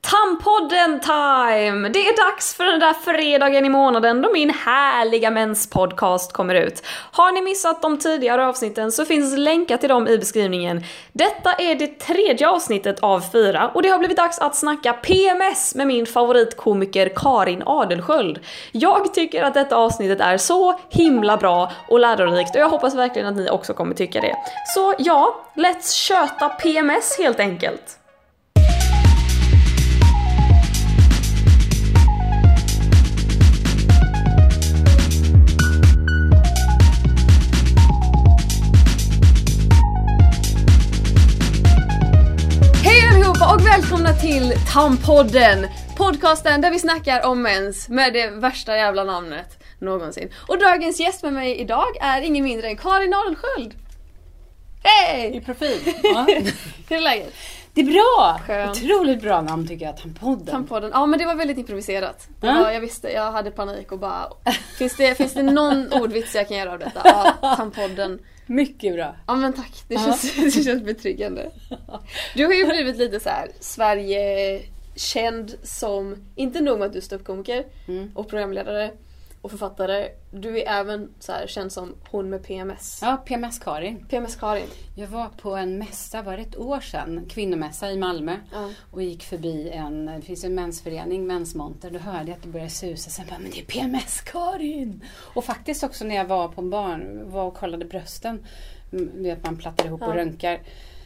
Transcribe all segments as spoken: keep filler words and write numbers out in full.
Tampodden time! Det är dags för den där fredagen i månaden då min härliga menspodcast kommer ut. Har ni missat de tidigare avsnitten så finns länkar till dem i beskrivningen. Detta är det tredje avsnittet av fyra och det har blivit dags att snacka P M S med min favoritkomiker Karin Adelsköld. Jag tycker att detta avsnittet är så himla bra och lärorikt och jag hoppas verkligen att ni också kommer tycka det. Så ja, let's köta P M S helt enkelt. Och välkomna till Tampodden, podcasten där vi snackar om mens med det värsta jävla namnet någonsin. Och dagens gäst med mig idag är ingen mindre än Karin Adelsköld. Hej! I profil. Ja. Hur är läget? Det är bra! Skön. Otroligt bra namn tycker jag, Tampodden. Tampodden, ja men det var väldigt improviserat. Det Mm. var, jag visste, jag hade panik och bara, finns det, finns det någon ordvits jag kan göra av detta? Ja, Tampodden. Mycket bra. Ja men tack, det känns, det känns betryggande. Du har ju blivit lite så här Sverige känd som, inte nog med att du är ståuppkomiker Mm. och programledare och författare, du är även så här känd som hon med P M S. Ja, P M S-Karin. P M S-Karin. Jag var på en mässa, var det ett år sedan, kvinnomässa i Malmö. Ja. Och gick förbi en, det finns en mensförening, mensmonter. Då hörde jag att det började susa. Sen bara, men det är P M S-Karin! Och faktiskt också när jag var på barn, var och kollade brösten. Vet man plattar ihop Ja. och rönkar.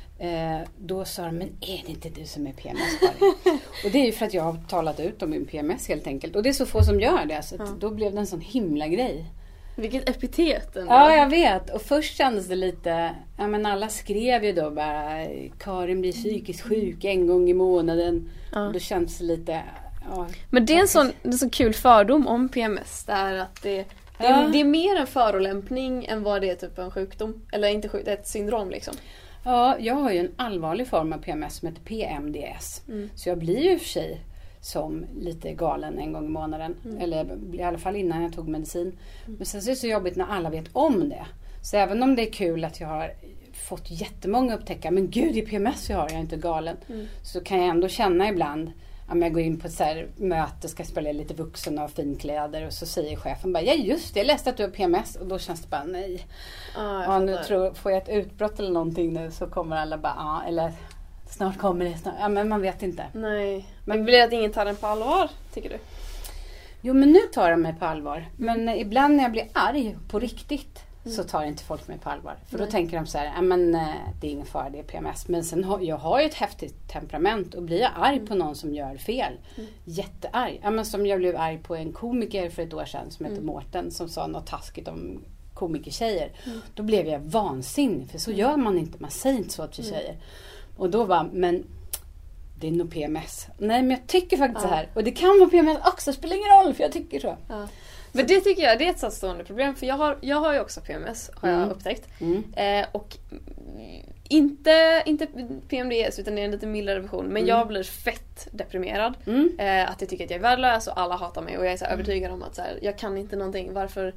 Eh, då sa de, men är det inte du som är P M S-Karin? Och det är ju för att jag har talat ut om min P M S helt enkelt. Och det är så få som gör det. Så att Ja. då blev det en sån himla grej. Vilket epitet ändå. Ja, jag vet. Och först kändes det lite, ja men alla skrev ju då bara, Karin blir psykiskt sjuk en gång i månaden. Ja. Och då känns det lite, ja. Men det är en sån, det är en sån kul fördom om P M S. Det är att det, det, är, Ja. det är mer en förolämpning än vad det är typ en sjukdom. Eller inte sjukdom, det är ett syndrom liksom. Ja, jag har ju en allvarlig form av P M S som heter P M D S. Mm. Så jag blir ju för sig som lite galen en gång i månaden. Mm. Eller i alla fall innan jag tog medicin. Men sen så är det så jobbigt när alla vet om det. Så även om det är kul att jag har fått jättemånga upptäcka, men gud, det är P M S jag har, jag är inte galen. Mm. Så kan jag ändå känna ibland, om jag går in på ett så här möte, ska spela lite vuxen och finkläder och så säger chefen bara, ja just det, jag läste att du har P M S. Och då känns det bara, nej. Ja, Ja, nu tror, får jag ett utbrott eller någonting nu så kommer alla bara, ja, eller snart kommer det, snart. Ja, men man vet inte. Nej, men blir det att ingen tar den på allvar, tycker du? Jo, men nu tar de mig på allvar. Men eh, ibland när jag blir arg på riktigt Mm. så tar inte folk mig på allvar. För Nej. då tänker de så här, ja men eh, det är ingen fara, det är P M S. Men sen har jag har ju ett häftigt temperament och blir jag arg på någon som gör fel, Mm. jättearg. Ja, men som jag blev arg på en komiker för ett år sedan som heter Mm. Mårten som sa något taskigt om komikertjejer. Mm. Då blev jag vansinnig, för så gör man inte, man säger inte så till Mm. tjejer. Och då var men det är nog P M S. Nej, men jag tycker faktiskt Ja. så här. Och det kan vara P M S också, spelar ingen roll för jag tycker så. Ja. Men det tycker jag, det är ett så stående problem. För jag har, jag har ju också P M S, har jag Mm. upptäckt. Mm. Eh, och mm, inte, inte P M D S utan det är en lite mildare version. Men Mm. jag blir fett deprimerad. Mm. Eh, att jag tycker att jag är värdelös och alla hatar mig. Och jag är så här övertygad om att så här, jag kan inte någonting. Varför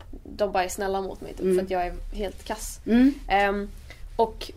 de bara är snälla mot mig. Typ, Mm. För att jag är helt kass. Mm. Ehm, och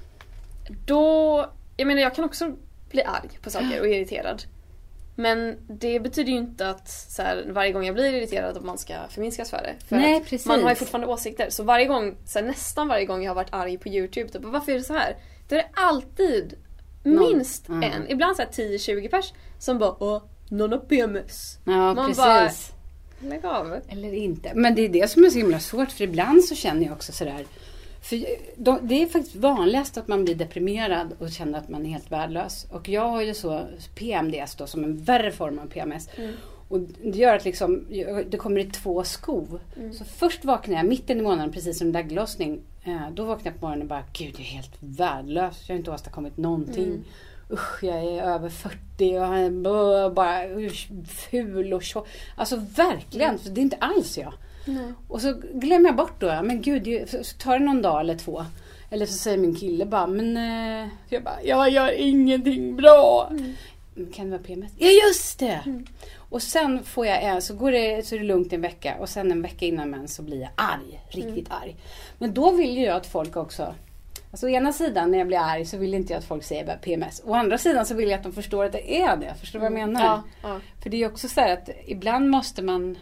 då, jag menar jag kan också bli arg på saker och irriterad. Men det betyder ju inte att så här, varje gång jag blir irriterad att man ska förminskas för det. För Nej, att precis. man har ju fortfarande åsikter. Så varje gång, så här, nästan varje gång jag har varit arg på YouTube, typ, varför är det så här? Då är det alltid Någon. minst Mm. en, ibland så här tio tjugo pers som bara, åh, någon har P M S. Ja, Man precis. bara- Lägg av. Eller inte. Men det är det som är så himla svårt. För ibland så känner jag också sådär. För de, det är faktiskt vanligast att man blir deprimerad och känner att man är helt värdelös. Och jag har ju så P M D S då som en värre form av P M S. Mm. Och det gör att liksom, det kommer i två skov. Mm. Så först vaknar jag mitten i månaden, precis som daglossning. Eh, då vaknar jag på morgonen och bara, gud jag är helt värdelös. Jag har inte åstadkommit någonting. Mm. Usch, jag är över fyrtio och jag är bara usch, ful och tjock. Alltså verkligen, Mm. för det är inte alls jag. Nej. Och så glömmer jag bort då, men gud, ju- så tar det någon dag eller två. Eller så säger min kille bara, men eh, jag bara, jag gör ingenting bra. Mm. Kan det vara P M S? Ja, just det! Mm. Och sen får jag en, så går det, så är det lugnt en vecka. Och sen en vecka innan mens så blir jag arg, riktigt Mm. arg. Men då vill ju jag att folk också Alltså å ena sidan när jag blir arg så vill inte jag att folk säger bara P M S. Å andra sidan så vill jag att de förstår att det är det. Förstår du mm. vad jag menar? Ja, ja. För det är ju också så här att ibland måste man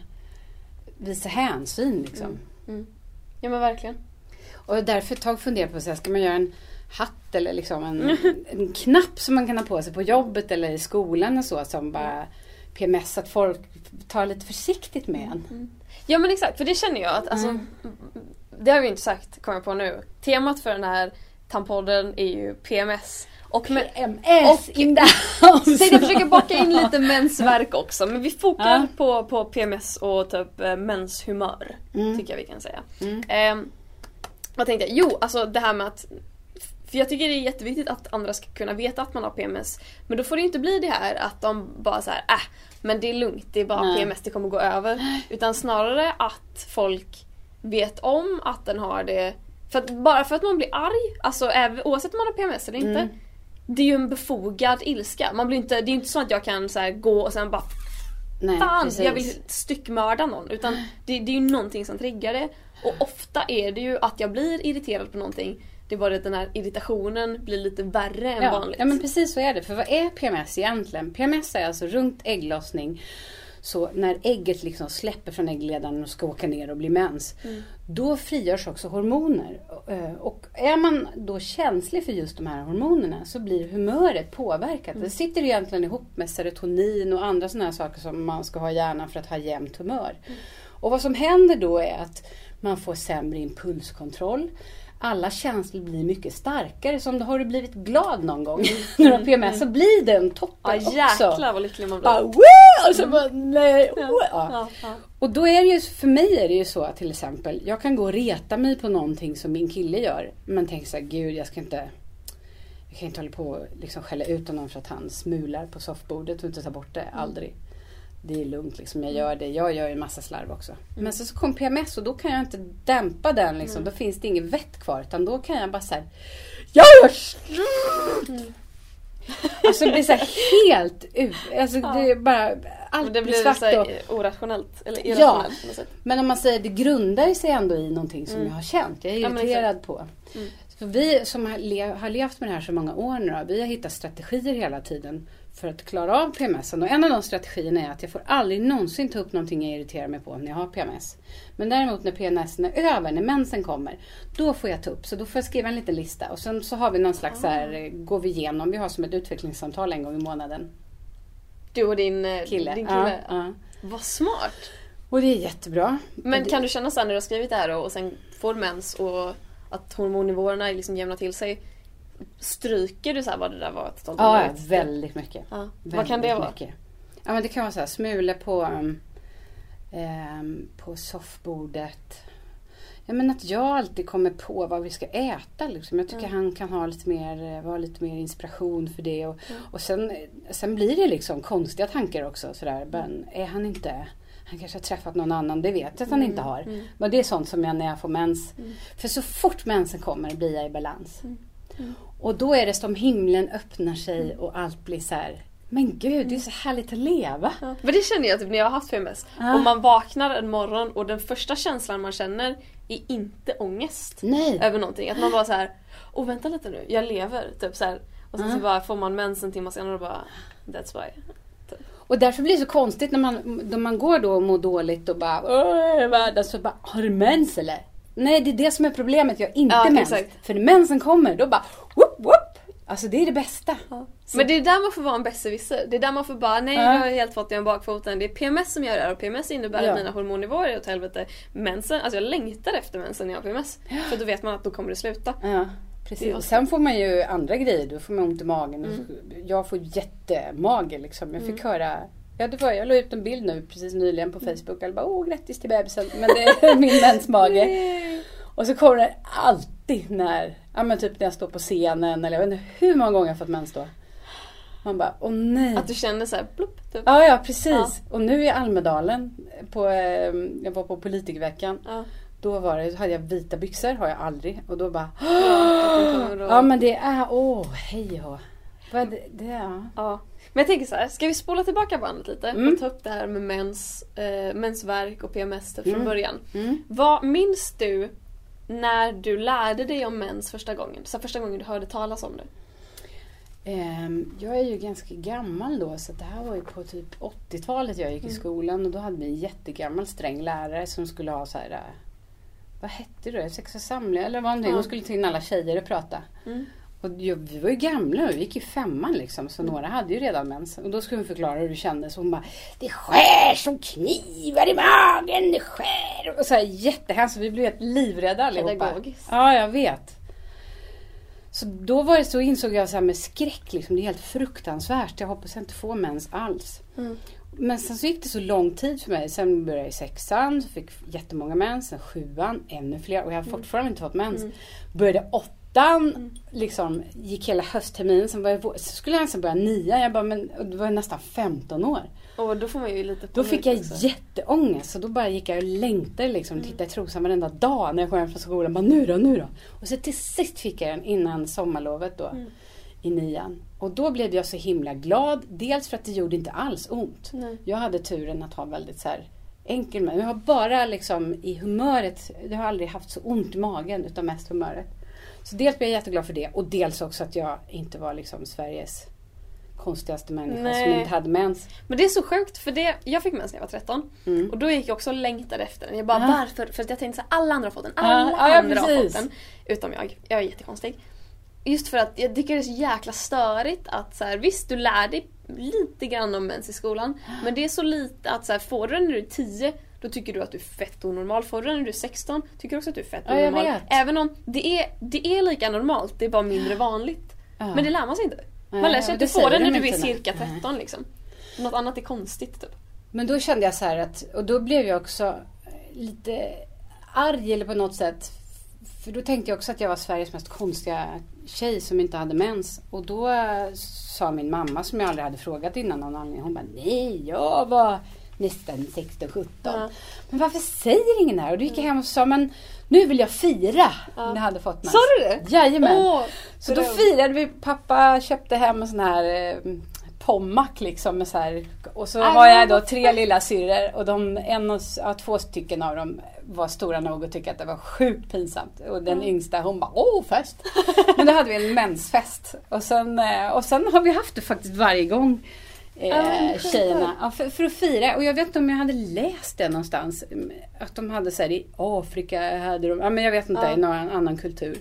visa hänsyn liksom. Mm. Mm. Ja men verkligen. Och därför ett tag funderar på så här, ska man göra en hatt eller liksom en, en knapp som man kan ha på sig på jobbet eller i skolan och så som bara P M S, att folk tar lite försiktigt med en. Mm. Ja men exakt, för det känner jag att alltså, mm. det har vi inte sagt, kommer jag på nu. Temat för den här tampodden är ju P M S. Och med, P M S och, in the house. Så jag försöker baka in lite mensvärk också. Men vi fokar ja. på, på P M S och typ eh, menshumör. Mm. Tycker jag vi kan säga. Mm. Eh, vad tänkte jag? Jo, alltså det här med att... För jag tycker det är jätteviktigt att andra ska kunna veta att man har P M S. Men då får det inte bli det här att de bara så här, äh, men det är lugnt, det är bara Nej. P M S, det kommer gå över. Utan snarare att folk vet om att den har det. För att, bara för att man blir arg, alltså även, oavsett om man har P M S eller inte, mm. det är ju en befogad ilska. Man blir inte, det är inte så att jag kan så här, gå och sen bara Nej, fan, precis. jag vill styckmörda någon. Utan det, det är ju någonting som triggar det. Och ofta är det ju att jag blir irriterad på någonting. Det är bara att den här irritationen blir lite värre än ja, vanligt. Ja men precis så är det. För vad är P M S egentligen? P M S är alltså runt ägglossning. Så när ägget liksom släpper från äggledaren och ska åka ner och bli mens. Mm. Då frigörs också hormoner. Och är man då känslig för just de här hormonerna så blir humöret påverkat. Mm. Det sitter egentligen ihop med serotonin och andra sådana här saker som man ska ha i hjärnan för att ha jämnt humör. Mm. Och vad som händer då är att man får sämre impulskontroll. Alla känslor blir mycket starkare. Som då har du blivit glad någon gång mm. när du har P M S så blir den toppen ja, också. Jäklar vad lycklig man blir. Ah, och, så bara, nej, ja. Ja. Ja. Och då är det ju, för mig är det ju så att till exempel, jag kan gå och reta mig på någonting som min kille gör. Men tänker så här, gud jag ska inte, jag kan inte hålla på och liksom skälla ut honom för att han smular på soffbordet och inte ta bort det, mm. aldrig. Det är lugnt liksom, jag gör det. Jag gör ju en massa slarv också. Mm. Men så, så kom P M S och då kan jag inte dämpa den liksom. Mm. Då finns det inget vett kvar. Utan då kan jag bara säga jag gör slut! Mm. Alltså det blir så här helt ut. Alltså ja. Det är bara allt det blir svart så och orationellt. Eller irrationellt ja. på något sätt. Men om man säger det grundar sig ändå i någonting som mm. jag har känt. Jag är irriterad ja, på. Mm. För vi som har, le- har levt med det här så många år nu då, vi har hittat strategier hela tiden för att klara av P M S. Och en av de strategierna är att jag får aldrig någonsin ta upp någonting jag irriterar mig på när jag har P M S. Men däremot när P M S är över, när mensen kommer, då får jag ta upp. Så då får jag skriva en liten lista. Och sen så har vi någon slags så här, går vi igenom, vi har som ett utvecklingssamtal en gång i månaden. Du och din kille. Din kille. Ja, ja. Vad smart. Och det är jättebra. Men det... kan du känna så här när du har skrivit det här och, och sen får mens och att hormonnivåerna liksom jämnar till sig? Stryker du så här vad det där var? Ett ja, väldigt mycket. Ja. Väldigt vad kan det vara? Mycket. Ja, men det kan vara så här, smula på um, um, på soffbordet. Ja, men att jag alltid kommer på vad vi ska äta liksom. Jag tycker mm. han kan ha lite mer, vara lite mer inspiration för det. Och, mm. och sen, sen blir det liksom konstiga tankar också. Sådär. Men är han inte... Han kanske har träffat någon annan, det vet jag att han mm. inte har. Mm. Men det är sånt som jag när jag får mens. Mm. För så fort mensen kommer blir jag i balans. Mm. Mm. Och då är det som himlen öppnar sig och allt blir så här. Men gud, det är så härligt att leva. Ja. Men det känner jag typ när jag har haft P M S. Ah. Om man vaknar en morgon och den första känslan man känner är inte ångest. Nej. Över någonting. Att man bara så här, åh vänta lite nu, jag lever. Typ så här. Och sen ah. så bara får man mens en timme senare och bara, that's why. Typ. Och därför blir det så konstigt när man, när man går då och mår dåligt och bara, åh, världen, så bara, har du mens eller? Nej, det är det som är problemet. Jag har inte ja, mens. Exakt. För när mensen kommer, då bara whoop, whoop. Alltså det är det bästa. Ja. Men det är där man får vara en besserwisser. Det är där man får bara, nej, ja. jag har helt fått i en bakfoten. Det är P M S som gör det här. Och P M S innebär ja. att mina hormonnivåer är åt helvete. Mensen, alltså jag längtar efter mensen när jag har P M S. Ja. För då vet man att då kommer det sluta. Ja, precis. Och sen får man ju andra grejer. Då får man ont i magen. Mm. Jag får jättemage liksom. Jag fick mm. höra... Ja, det var, jag la ut en bild nu precis nyligen på Facebook. Jag bara, åh, grattis till bebisen. Men det är min mensmage. Och så kommer det alltid när, ja men typ när jag står på scenen. Eller jag vet inte hur många gånger jag har fått mens då. Man bara, åh nej. Att du känner så här, plupp. Typ. Ja, ja, precis. Ja. Och nu i Almedalen, på, eh, jag var på politikerveckan. Ja. Då var det, hade jag vita byxor, har jag aldrig. Och då bara, ja, då... ja men det är, åh, hej och. Det, det, ja. ja. Men jag tänker så här, ska vi spola tillbaka bandet lite mm. och ta upp det här med mens, eh, mensvärk och P M S typ, mm. från början. Mm. Vad minns du när du lärde dig om mens första gången? Så första gången du hörde talas om det? Um, jag är ju ganska gammal då, så det här var ju på typ åttiotalet jag gick i skolan. Och då hade vi en jättegammal sträng lärare som skulle ha så här... Uh, vad hette det? Sex och samling eller vad någonting. Ja. Hon skulle ta in alla tjejer och prata. Mm. Och ja, vi var ju gamla, vi gick i femman liksom. Så mm. några hade ju redan mens. Och då skulle hon förklara hur det kändes. Och hon bara, det skär som knivar i magen, det skär. Och så här jättehemskt. Vi blev helt livrädda allihopa. Pedagogiskt. Ja, jag vet. Så då var det så, insåg jag så här med skräck liksom. Det är helt fruktansvärt. Jag hoppas jag inte får mens alls. Mm. Men sen så gick det så lång tid för mig. Sen började jag i sexan, så fick jättemånga mens. Sen sjuan, ännu fler. Och jag har mm. fortfarande inte fått mens. Mm. Började åttan, mm. liksom gick hela höstterminen. Sen var jag, så skulle jag nästan börja nian. Jag bara, men det var nästan femton år. Och då får man ju lite Då fick jag också jätteångest. Så då bara gick jag och längtade liksom. Mm. Tittade i trosan varenda dag när jag kom hem från skolan. Bara, nu då, nu då. Och så till sist fick jag den innan sommarlovet då. Mm. I nian. Och då blev jag så himla glad. Dels för att det gjorde inte alls ont. Nej. Jag hade turen att ha väldigt så här enkel med. Jag har bara liksom i humöret. Jag har aldrig haft så ont i magen utan mest humöret. Så dels blev jag jätteglad för det. Och dels också att jag inte var liksom Sveriges konstigaste människa. Nej. Som inte hade mens. Men det är så sjukt. För det, jag fick mens när jag var tretton. Mm. Och då gick jag också och längtade efter den. Jag bara, ah. varför? För att jag tänkte så här, alla andra har fått den. Alla ah, andra ja, har fått den. Utom jag. Jag är jättekonstig. Just för att jag tycker det är så jäkla störigt att så här, visst du lär dig lite grann om mens i skolan. Men det är så lite att så här, får du den när du är tio, då tycker du att du är fett onormal. Får du den när du är sexton, tycker du också att du är fett ja, onormal. Även om det är, det är lika normalt, det är bara mindre vanligt. Ja. Men det lär man sig inte. Man lär sig att du får den när du är cirka tretton liksom. Något annat är konstigt typ. Men då kände jag så här att, och då blev jag också lite arg eller på något sätt. För då tänkte jag också att jag var Sveriges mest konstiga tjej som inte hade mens. Och då sa min mamma, som jag aldrig hade frågat innan någon anledning. Hon bara, nej, jag var nästan sexton sjutton. Ja. Men varför säger ingen här? Och då gick jag hem och sa, men nu vill jag fira. Ja. När jag hade fått mens. Sa du det? Jajamän. Åh, så då firade vi. Pappa köpte hem en sån här eh, pommack liksom. Med så här, och så Aj, har jag då tre lilla syrror. Och de, en och, ja, två stycken av dem var stora nog och tyckte att det var sjukt pinsamt. Och den mm. yngsta, hon bara, åh fest. Men då hade vi en mensfest. Och sen, och sen har vi haft det faktiskt varje gång. Eh, tjejerna. Ja, för, för att fira. Och jag vet inte om jag hade läst det någonstans. Att de hade så här, i Afrika hade de, ja men jag vet inte, ja. I någon annan kultur.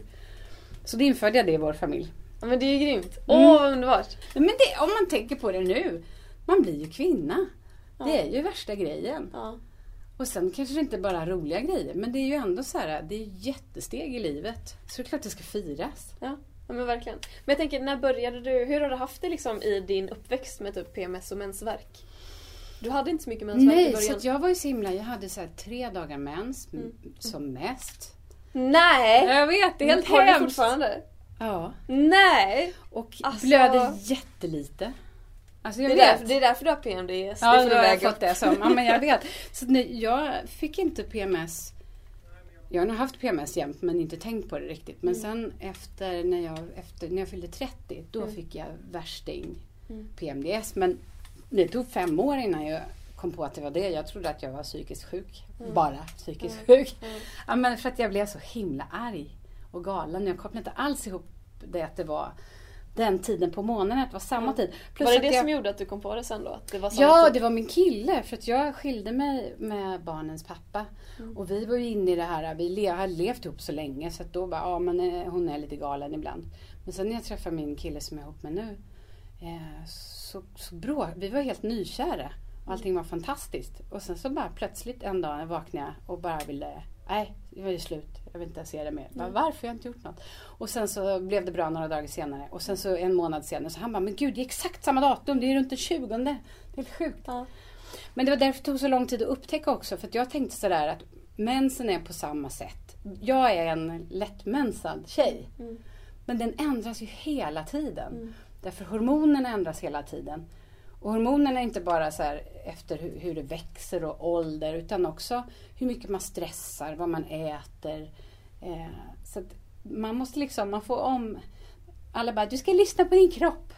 Så det införde jag det i vår familj. Ja, men det är ju grymt. Åh, mm. oh, underbart. Men det, om man tänker på det nu, man blir ju kvinna. Ja. Det är ju värsta grejen. Ja. Och sen kanske det inte bara roliga grejer. Men det är ju ändå så här, det är jättesteg i livet. Så det är klart det ska firas. Ja, ja men verkligen. Men jag tänker, när började du, hur har du haft det liksom i din uppväxt med typ P M S och mensvärk? Du hade inte så mycket mensvärk Nej, i början. så jag var ju så himla, jag hade så här tre dagar mens mm. som mest. Nej! Jag vet, det är helt har hemskt. Du fortfarande? Ja. Nej! Och alltså... blödde jättelite. Alltså jag det, är därför, det är därför du har P M D S. Ja, då har jag fått det som. Ja, men jag vet. Så nej, jag fick inte P M S. Jag har nog haft P M S jämt men inte tänkt på det riktigt. Men mm. sen efter när, jag, efter när jag fyllde trettio, då mm. fick jag värsting mm. P M D S. Men det tog fem år innan jag kom på att det var det. Jag trodde att jag var psykiskt sjuk. Mm. Bara psykiskt mm. sjuk. Mm. Ja, men för att jag blev så himla arg och galen. Jag kopplade inte alls ihop det att det var den tiden på månaden, att det var samma mm. tid. Plus var det det jag... som gjorde att du kom på det sen då? Att det var samma ja, tid? Det var min kille. För att jag skilde mig med barnens pappa. Mm. Och vi var ju inne i det här, vi le- hade levt ihop så länge. Så att då bara, ja men hon är lite galen ibland. Men sen när jag träffade min kille som jag är ihop med nu. Eh, så, så bra, vi var helt nykära. Och allting var fantastiskt. Och sen så bara plötsligt en dag vaknade jag och bara ville, nej, det var ju slut. Jag vill inte se det mer. Bara, varför? Jag har inte gjort något. Och sen så blev det bra några dagar senare. Och sen så en månad senare så han bara, men gud, det är exakt samma datum. Det är runt den tjugonde. Det är helt sjukt. Ja. Men det var därför det tog så lång tid att upptäcka också. För att jag tänkte sådär att mensen är på samma sätt. Jag är en lättmensad tjej. Mm. Men den ändras ju hela tiden. Mm. Därför hormonerna ändras hela tiden. Och hormonerna är inte bara så här efter hur, hur det växer och ålder, utan också hur mycket man stressar, vad man äter. Eh, så att man måste liksom, man får om, alla bara, du ska lyssna på din kropp.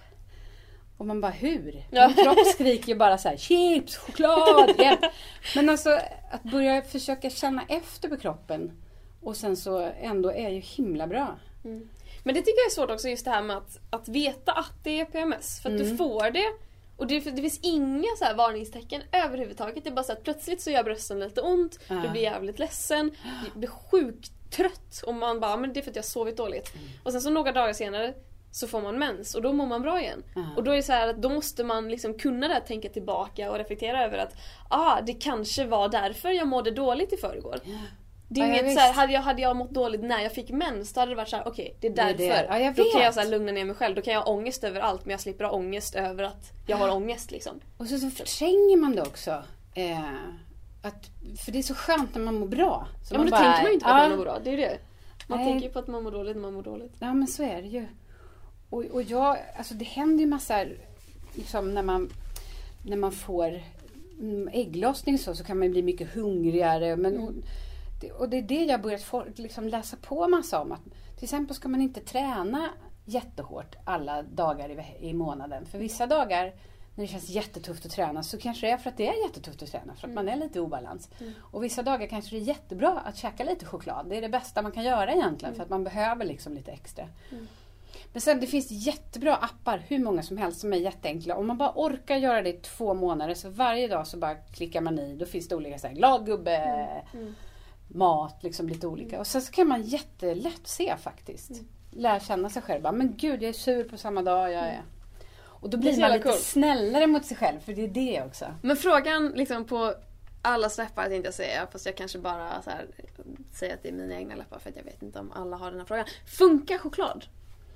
Och man bara, hur? Ja. Min kropp skriker ju bara så här, chips, choklad, hjälp. Men alltså att börja försöka känna efter på kroppen Och sen så ändå är ju himla bra. Mm. Men det tycker jag är svårt också, just det här med att, att veta att det är P M S. För att mm. du får det. Och det, det finns inga så här varningstecken överhuvudtaget. Det är bara så att plötsligt så gör brösten lite ont. Ja. Du blir jävligt ledsen. Du blir sjukt trött. Och man bara, men det är för att jag har sovit dåligt. Mm. Och sen så några dagar senare så får man mens. Och då mår man bra igen. Ja. Och då är det så här att då måste man liksom kunna där tänka tillbaka och reflektera över att ah, det kanske var därför jag mådde dåligt i förrgår. Ja. Det är ja, inget så här, hade jag, hade jag mått dåligt när jag fick mens, då hade det varit så här: okej, okay, det är därför. Det är det. Ja, jag då kan jag så här lugna ner mig själv. Då kan jag ha ångest över allt, men jag slipper ha ångest över att jag har ångest liksom. Och så, så förtränger man det också. Eh, att, för det är så skönt när man mår bra. Så ja, man men då bara, tänker man ju inte på ja, att man mår bra. Det är det. Man nej. tänker ju på att man mår dåligt när man mår dåligt. Ja, men så är det ju. Och, och jag, alltså det händer ju massa, liksom när man, när man får ägglossning så, så kan man bli mycket hungrigare. Men, mm. och, Och det är det jag börjat få, liksom läsa på massa om. Att till exempel ska man inte träna jättehårt alla dagar i, i månaden. För vissa dagar när det känns jättetufft att träna så kanske det är för att det är jättetufft att träna. För att mm. man är lite i obalans. Mm. Och vissa dagar kanske det är jättebra att käka lite choklad. Det är det bästa man kan göra egentligen. Mm. För att man behöver liksom lite extra. Mm. Men sen det finns jättebra appar, hur många som helst, som är jätteenkla. Om man bara orkar göra det i två månader, så varje dag så bara klickar man i. Då finns det olika så här, glad gubbe... Mm. Mm. mat, liksom lite olika. Mm. Och sen så kan man jättelätt se faktiskt. Mm. Lära känna sig själv. Men gud, jag är sur på samma dag jag är. Mm. Och då blir man lite cool. Snällare mot sig själv, för det är det också. Men frågan liksom på alla läppar tänkte jag säga, fast jag kanske bara så här, säger att det är mina egna läppar, för att jag vet inte om alla har den här frågan. Funkar choklad?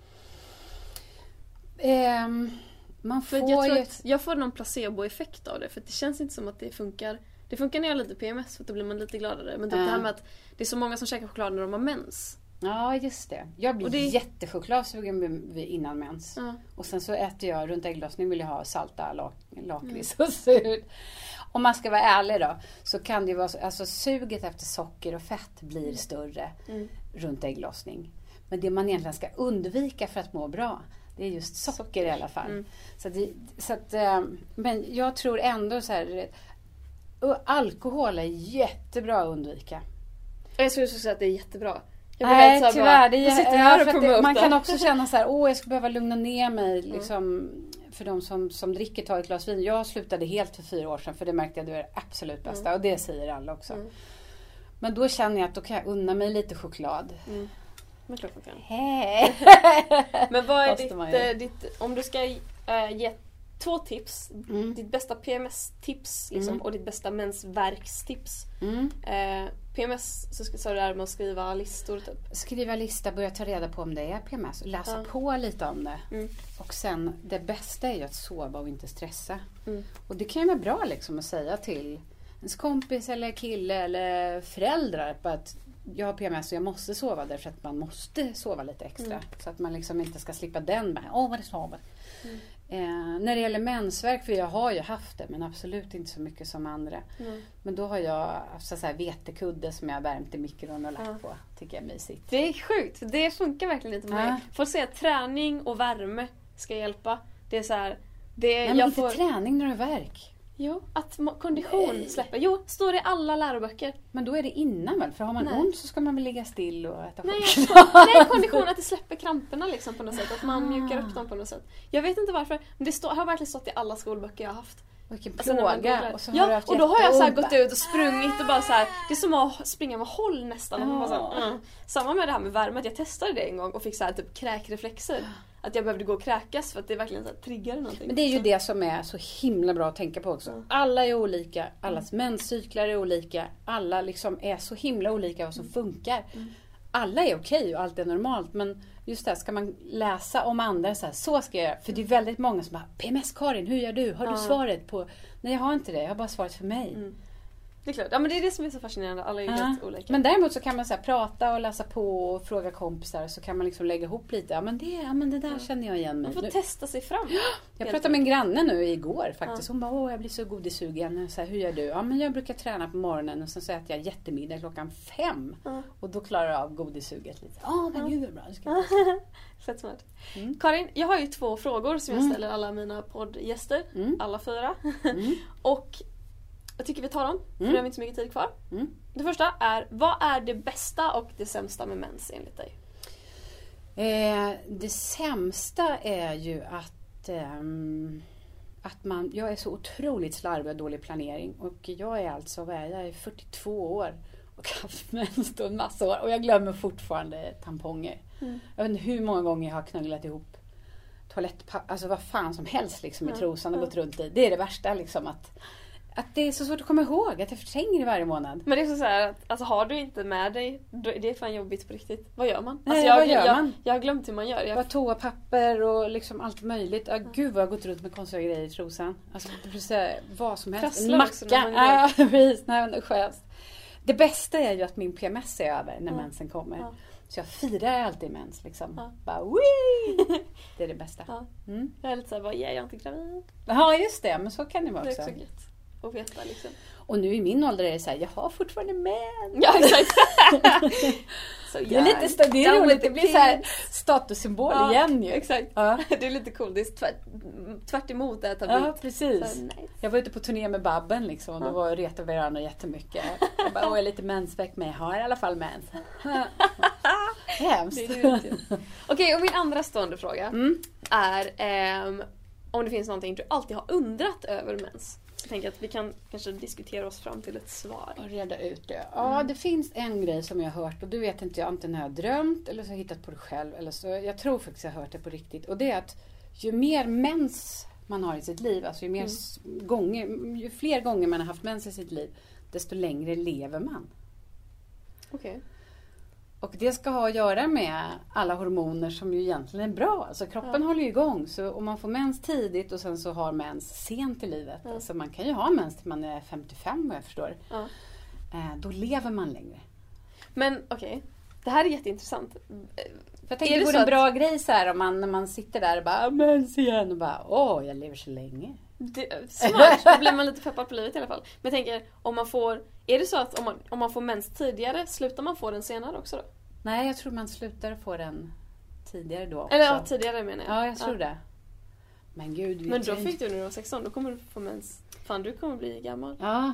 Um, man får för jag tror ju... att jag får någon placeboeffekt av det, för det känns inte som att det funkar. Det funkar när jag har lite P M S, för då blir man lite gladare. Men typ ja. det här med att det är så många som käkar choklad när de har mens. Ja, just det. Jag blir det... jättechokladsugen innan mens. Ja. Och sen så äter jag, runt ägglossning vill jag ha salta lak- lakrits mm. och surt. Om man ska vara ärlig då, så kan det ju vara så, alltså suget efter socker och fett blir mm. större mm. runt ägglossning. Men det man egentligen ska undvika för att må bra, det är just socker, socker. i alla fall. Mm. Så, det, så att, men jag tror ändå så här... Och alkohol är jättebra att undvika. Jag skulle säga att det är jättebra. Jag Nej, så tyvärr. Bara, det är, sitter här och det, man kan också känna så här, åh, jag ska behöva lugna ner mig. Liksom, mm. För de som, som dricker, tar ett glas vin. Jag slutade helt för fyra år sedan, för det märkte jag att det var det absolut bästa. Mm. Och det säger alla också. Mm. Men då känner jag att då kan jag unna mig lite choklad. Mm. Men klart man kan. Hey. Men vad är ditt, ditt, om du ska äh, ge två tips, mm. ditt bästa P M S-tips liksom, mm. och ditt bästa mensvärkstips. Mm. Eh, P M S, så sa du där med att skriva listor typ. Skriva lista, börja ta reda på om det är P M S. Läsa ja. på lite om det. Mm. Och sen, det bästa är ju att sova och inte stressa. Mm. Och det kan ju vara bra liksom att säga till ens kompis eller kille eller föräldrar på att jag har P M S och jag måste sova, därför att man måste sova lite extra. Mm. Så att man liksom inte ska slippa den med, åh vad det sover. Mm. Eh, när det gäller mensvärk, för jag har ju haft det, men absolut inte så mycket som andra. Mm. Men då har jag haft så här vetekudde som jag har värmt i mikron och lagt mm. på. Tycker jag är mysigt. Det är sjukt, det funkar verkligen inte på mig. Mm. Folk säger att träning och värme ska hjälpa. Det är så här, det är, Nej, men jag inte får... träning när du har värk. Jo, att kondition Nej. släpper. Jo, står det i alla läroböcker. Men då är det innan väl? För har man Nej. ont så ska man väl ligga still och äta Nej, choklad. Nej, kondition, att det släpper kramperna liksom på något sätt. Att man mjukar upp dem på något sätt. Jag vet inte varför, men det stå, har verkligen stått i alla skolböcker jag har haft. Vilken plåga. Alltså, och, ja, och då har jag så här gått ut och sprungit och bara så här, det är som att springa med håll nästan. Oh. Bara så här, mm. Samma med det här med värme, jag testade det en gång och fick så här typ kräkreflexer. Att jag behövde gå och kräkas för att det verkligen så här triggade någonting. Men det är ju det som är så himla bra att tänka på också. Mm. Alla är olika, allas mm. menscyklar är olika. Alla liksom är så himla olika vad som mm. funkar. Mm. Alla är okej och allt är normalt, men just det, ska man läsa om andra så här, så ska jag göra. För det är väldigt många som bara, P M S Karin, hur gör du? Har du ja. svaret på? Nej, jag har inte det, jag har bara svaret för mig. Mm. Det är klart. Ja, men det är det som är så fascinerande. Alla är ju helt olika. Men däremot så kan man så här, prata och läsa på och fråga kompisar, så kan man liksom lägga ihop lite. Ja, men det, ja, men det där ja. känner jag igen mig. Man får nu. testa sig fram. Jag pratade med en granne nu igår faktiskt. Ja. Hon bara, åh, jag blir så godisugen. Så här, hur gör du? Ja, men jag brukar träna på morgonen och sen så äter jag jättemiddag klockan fem. Ja. Och då klarar jag av godisuget lite. Åh, men gud vad bra. Fett smart. Mm. Karin, jag har ju två frågor som jag ställer alla mina poddgäster. Mm. Alla fyra. Mm. Och Jag tycker vi tar dem, för Mm. vi har inte så mycket tid kvar. Mm. Det första är, vad är det bästa och det sämsta med mens enligt dig? Eh, det sämsta är ju att, ehm, att man, jag är så otroligt slarvig och dålig planering. Och jag är alltså, vad är jag? Jag är fyrtiotvå år och har haft mens då en massa år. Och jag glömmer fortfarande tamponger. Mm. Jag vet inte hur många gånger jag har knögglat ihop toalettpapper, alltså vad fan som helst liksom i Ja, trosan och ja. gått runt i. Det är det värsta liksom, att, att det är så svårt att komma ihåg, att jag förtränger det varje månad. Men det är så här att alltså, har du inte med dig, då är det fan jobbigt på riktigt. Vad gör man? Nej, Alltså, jag, vad gör jag, man? Jag har glömt hur man gör. Det Jag, var toapapper och liksom allt möjligt. Ja, gud vad jag har gått runt med konstiga grejer i trosan. Alltså det blir så här, vad som helst. En Prasslar också när macka. man Ja, precis. Nej, men det är skönt. Det bästa är ju att min P M S är över när Ja. mensen kommer. Ja. Så jag firar alltid mens liksom. Ja. Bara, wii! Det är det bästa. Ja. Mm. jag är lite såhär, bara, yeah, jag är inte gravid. Ja, just det. Men så kan det vara Det är också. också gött att veta liksom. Och nu i min ålder är det så här, jag har fortfarande mens. Ja, exakt. Så Det är lite st- det är roligt. Det blir så här statussymbol Ja, igen ju. Exakt. Ja. Det är lite coolt. Det är tvärt, tvärt emot det här tabut. Ja, precis. Så, nice. Jag var ute på turné med Babben liksom, och då Ja. var jag retade varandra jättemycket. Jag bara, åh jag är lite mensväck men jag har i alla fall mens. Hemskt. Det är roligt. Okej, och min andra stående fråga Mm. är ehm, om det finns någonting du alltid har undrat över mens. Jag tänker att vi kan kanske diskutera oss fram till ett svar. Och reda ut det. Ja, det finns en grej som jag har hört och du vet inte, jag antingen har jag drömt eller så har jag hittat på det själv. Eller så, jag tror faktiskt jag har hört det på riktigt. Och det är att ju mer mens man har i sitt liv, alltså ju, mer Mm. s- gånger, ju fler gånger man har haft mens i sitt liv, desto längre lever man. Okej. Och det ska ha att göra med alla hormoner som ju egentligen är bra. Alltså kroppen Ja. håller ju igång. Så om man får mens tidigt och sen så har mens sent i livet. Ja. Alltså man kan ju ha mens till man är femtiofem vad jag förstår. Ja. Eh, då lever man längre. Men okej, det här är jätteintressant. För jag Är tänkte det det vore så en att- bra grej så här om man, när man sitter där och bara mens igen och bara åh jag lever så länge. Det, smart, då blir man lite peppad på livet i alla fall. Men jag tänker, om man får, är det så att om man, om man får mens tidigare, slutar man få den senare också då? Nej jag tror man slutar få den tidigare då också. Eller ja, tidigare menar jag. Ja jag tror det. Men gud. Men då vet jag fick du när du var sexton, då kommer du få mens. Fan, du kommer bli gammal. Ja.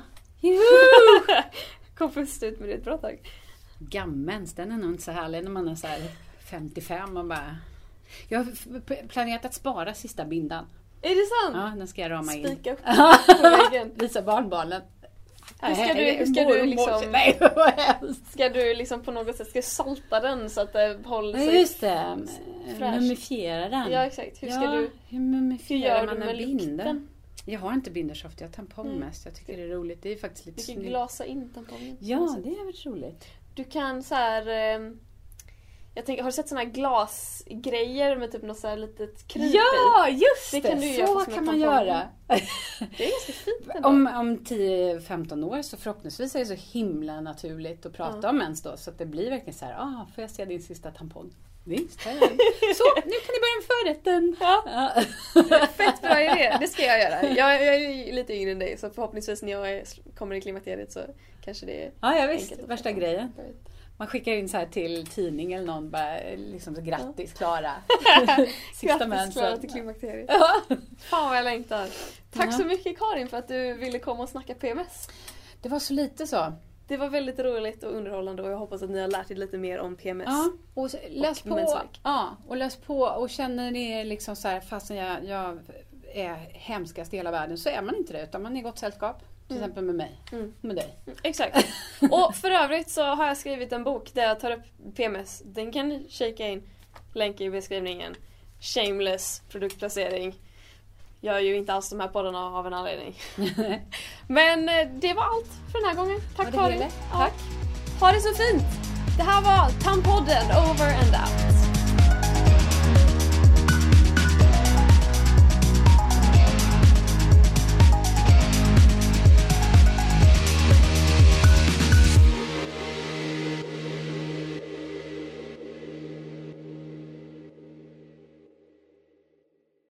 Kom först ut med det ett bra tag. Gammens, den är nog inte så härlig när man är så här femtiofem och bara... Jag har f- planerat att spara sista bindan. Är det sant? Ja, den ska jag rama in. Spika upp på väggen. Visa barnbarnen. Hur ska du, hur ska Mormor- du liksom... Nej, vad hemskt. Ska du liksom på något sätt ska du salta den så att det håller Ja, sig... just det. fräsch. Mumifiera den. Ja, exakt. Hur ska ja, du... hur Hur mumifierar gör man du en med binda? lukten? Jag har inte bindersoft, jag har tampong Mm. mest. Jag tycker det är roligt. Det är faktiskt lite Du kan snyggt. glasa in tampongen. Ja, det är väl roligt. Du kan så här. Eh, jag tänker, har du sett såna här glasgrejer med typ något så här litet kryp Ja, i? just Det det. kan du göra Så fast med kan man tampong. göra. Det är ganska fint ändå. Om, om tio femton år så förhoppningsvis är det så himla naturligt att prata Ja. om mens då. Så att det blir verkligen så här, ah, får jag se din sista tampong? Visst, här är den. Så, nu kan ni börja med förrätten. Ja. Fett bra idé, det ska jag göra. Jag, jag är lite yngre än dig så förhoppningsvis när jag är, kommer i klimakteriet så kanske det är Ja, ja visst. enkelt att Värsta prata om. grejen. Man skickar in så här till tidning eller någon bara liksom så grattis Klara. Sista Grattis mensen. Klara till klimakteriet. Ja. Fan vad jag längtar. Tack Ja. så mycket Karin för att du ville komma och snacka P M S. Det var så lite så. Det var väldigt roligt och underhållande och jag hoppas att ni har lärt er lite mer om P M S. Ja, och så- läs Och på. mensvärk. Ja, och läs på och känner ni liksom så här fastän jag, jag är hemskast i hela världen så är man inte det utan man är i gott sällskap. Till Mm. exempel med mig. Mm. Med dig. Exakt. Och för övrigt så har jag skrivit en bok där jag tar upp P M S. Den kan ni kika in. Länk i beskrivningen. Shameless produktplacering. Jag är ju inte alls de här poddarna av en anledning. Men eh, det var allt för den här gången. Tack Var det Karin. hela? Ja. Ha det så fint. Det här var Tampodden Over and Out.